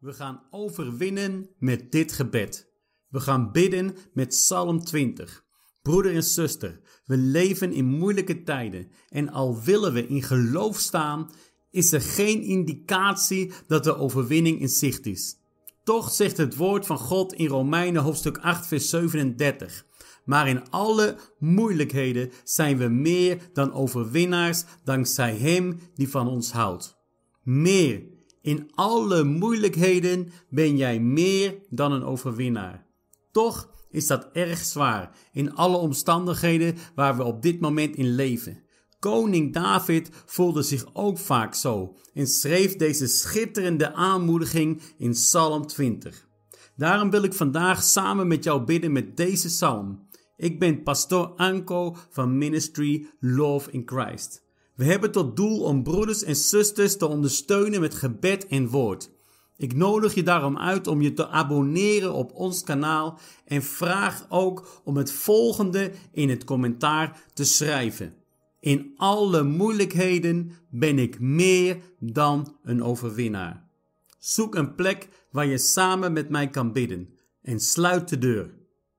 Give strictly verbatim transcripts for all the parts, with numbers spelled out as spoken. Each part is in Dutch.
We gaan overwinnen met dit gebed. We gaan bidden met Psalm twintig. Broeder en zuster, we leven in moeilijke tijden en al willen we in geloof staan, is er geen indicatie dat de overwinning in zicht is. Toch zegt het woord van God in Romeinen hoofdstuk acht vers zevenendertig. Maar in alle moeilijkheden zijn we meer dan overwinnaars dankzij Hem die van ons houdt. Meer. In alle moeilijkheden ben jij meer dan een overwinnaar. Toch is dat erg zwaar in alle omstandigheden waar we op dit moment in leven. Koning David voelde zich ook vaak zo en schreef deze schitterende aanmoediging in Psalm twintig. Daarom wil ik vandaag samen met jou bidden met deze psalm. Ik ben pastoor Anko van Ministry Love in Christ. We hebben tot doel om broeders en zusters te ondersteunen met gebed en woord. Ik nodig je daarom uit om je te abonneren op ons kanaal en vraag ook om het volgende in het commentaar te schrijven. In alle moeilijkheden ben ik meer dan een overwinnaar. Zoek een plek waar je samen met mij kan bidden en sluit de deur.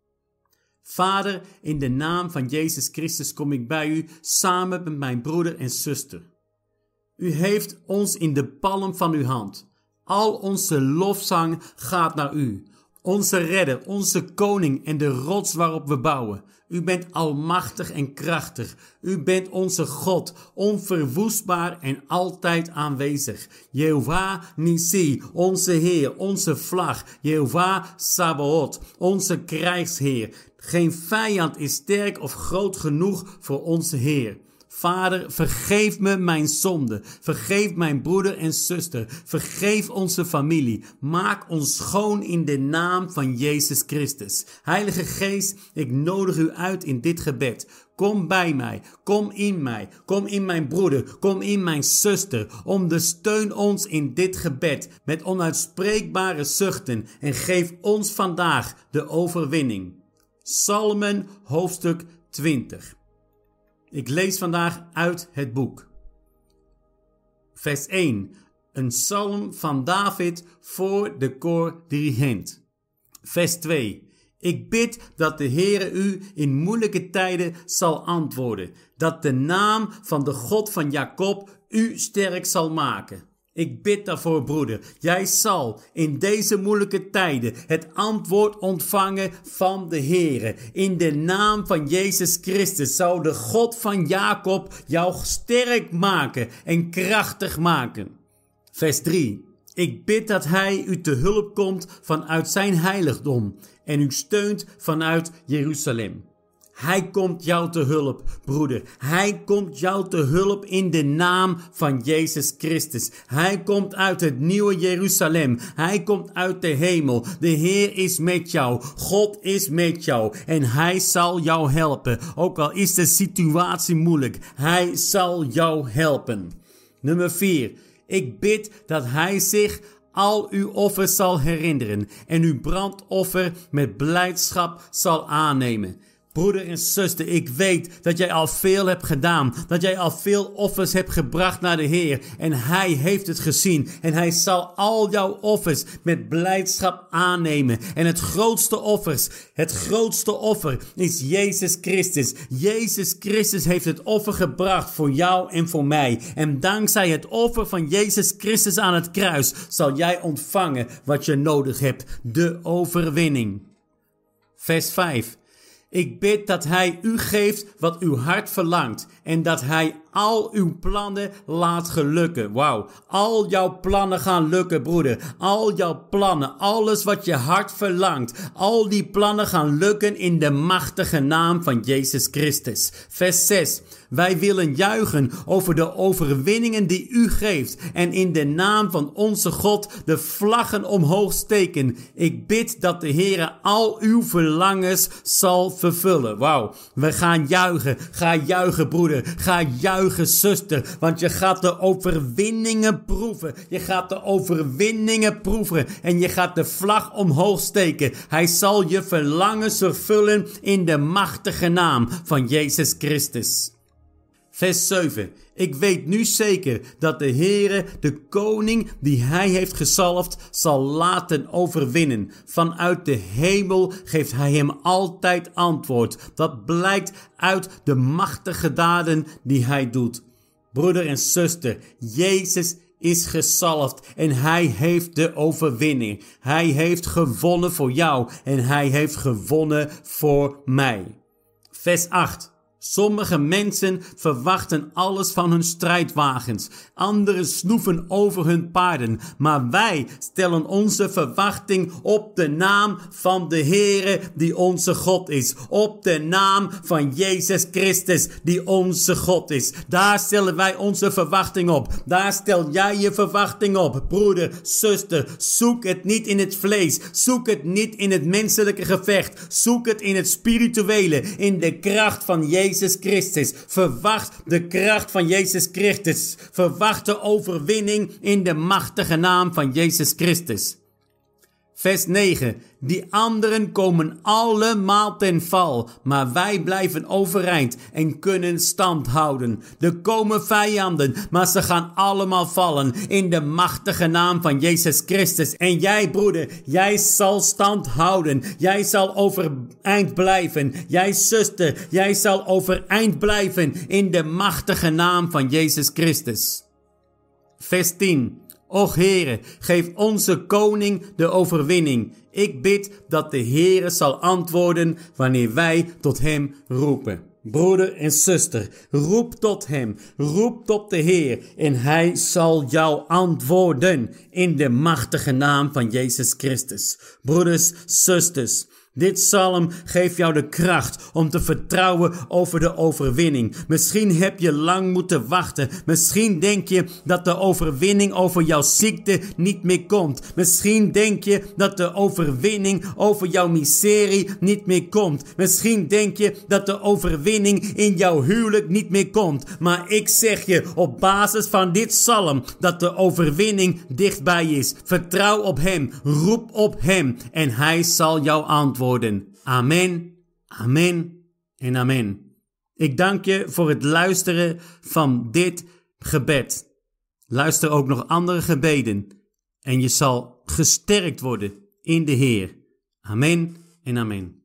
Vader, in de naam van Jezus Christus kom ik bij u samen met mijn broeder en zuster. U heeft ons in de palm van uw hand. Al onze lofzang gaat naar u. Onze redder, onze koning en de rots waarop we bouwen. U bent almachtig en krachtig. U bent onze God, onverwoestbaar en altijd aanwezig. Jehovah Nissi, onze Heer, onze vlag. Jehovah Sabaoth, onze krijgsheer. Geen vijand is sterk of groot genoeg voor onze Heer. Vader, vergeef me mijn zonde. Vergeef mijn broeder en zuster. Vergeef onze familie. Maak ons schoon in de naam van Jezus Christus. Heilige Geest, ik nodig u uit in dit gebed. Kom bij mij. Kom in mij. Kom in mijn broeder. Kom in mijn zuster. Ondersteun ons in dit gebed met onuitspreekbare zuchten en geef ons vandaag de overwinning. Psalmen hoofdstuk twintig. Ik lees vandaag uit het boek. Vers één. Een psalm van David voor de koordirigent. Vers twee. Ik bid dat de Heere u in moeilijke tijden zal antwoorden. Dat de naam van de God van Jacob u sterk zal maken. Ik bid daarvoor, broeder. Jij zal in deze moeilijke tijden het antwoord ontvangen van de Heere. In de naam van Jezus Christus zal de God van Jacob jou sterk maken en krachtig maken. Vers drie. Ik bid dat hij u te hulp komt vanuit zijn heiligdom en u steunt vanuit Jeruzalem. Hij komt jou te hulp, broeder. Hij komt jou te hulp in de naam van Jezus Christus. Hij komt uit het nieuwe Jeruzalem. Hij komt uit de hemel. De Heer is met jou. God is met jou. En hij zal jou helpen. Ook al is de situatie moeilijk. Hij zal jou helpen. Nummer vier. Ik bid dat hij zich al uw offers zal herinneren. En uw brandoffer met blijdschap zal aannemen. Broeder en zuster, ik weet dat jij al veel hebt gedaan. Dat jij al veel offers hebt gebracht naar de Heer. En Hij heeft het gezien. En Hij zal al jouw offers met blijdschap aannemen. En het grootste offers, het grootste offer is Jezus Christus. Jezus Christus heeft het offer gebracht voor jou en voor mij. En dankzij het offer van Jezus Christus aan het kruis zal jij ontvangen wat je nodig hebt. De overwinning. Vers vijf. Ik bid dat hij u geeft wat uw hart verlangt en dat hij al uw plannen laat gelukken. Wauw, al jouw plannen gaan lukken, broeder. Al jouw plannen, alles wat je hart verlangt, al die plannen gaan lukken in de machtige naam van Jezus Christus. Vers zes. Wij willen juichen over de overwinningen die u geeft en in de naam van onze God de vlaggen omhoog steken. Ik bid dat de Heere al uw verlangens zal vervullen. Wauw, we gaan juichen. Ga juichen, broeder. Ga juichen, zuster. Want je gaat de overwinningen proeven. Je gaat de overwinningen proeven. En je gaat de vlag omhoog steken. Hij zal je verlangens vervullen in de machtige naam van Jezus Christus. Vers zeven. Ik weet nu zeker dat de Heere, de koning die hij heeft gezalfd, zal laten overwinnen. Vanuit de hemel geeft hij hem altijd antwoord. Dat blijkt uit de machtige daden die hij doet. Broeder en zuster, Jezus is gezalfd en hij heeft de overwinning. Hij heeft gewonnen voor jou en hij heeft gewonnen voor mij. Vers acht. Sommige mensen verwachten alles van hun strijdwagens. Anderen snoeven over hun paarden. Maar wij stellen onze verwachting op de naam van de Heere die onze God is. Op de naam van Jezus Christus die onze God is. Daar stellen wij onze verwachting op. Daar stel jij je verwachting op. Broeder, zuster, zoek het niet in het vlees. Zoek het niet in het menselijke gevecht. Zoek het in het spirituele. In de kracht van Jezus Christus. Verwacht de kracht van Jezus Christus. Verwacht de overwinning in de machtige naam van Jezus Christus. Vers negen. Die anderen komen allemaal ten val, maar wij blijven overeind en kunnen stand houden. Er komen vijanden, maar ze gaan allemaal vallen in de machtige naam van Jezus Christus. En jij, broeder, jij zal stand houden. Jij zal overeind blijven. Jij, zuster, jij zal overeind blijven in de machtige naam van Jezus Christus. Vers tien. Och Heere, geef onze koning de overwinning. Ik bid dat de Heere zal antwoorden wanneer wij tot hem roepen. Broeder en zuster, roep tot hem, roep tot de Heer en hij zal jou antwoorden in de machtige naam van Jezus Christus. Broeders, zusters, dit psalm geeft jou de kracht om te vertrouwen over de overwinning. Misschien heb je lang moeten wachten. Misschien denk je dat de overwinning over jouw ziekte niet meer komt. Misschien denk je dat de overwinning over jouw miserie niet meer komt. Misschien denk je dat de overwinning in jouw huwelijk niet meer komt. Maar ik zeg je op basis van dit psalm dat de overwinning dichtbij is. Vertrouw op hem, roep op hem en hij zal jou antwoorden. Amen, amen en amen. Ik dank je voor het luisteren van dit gebed. Luister ook nog andere gebeden en je zal gesterkt worden in de Heer. Amen en amen.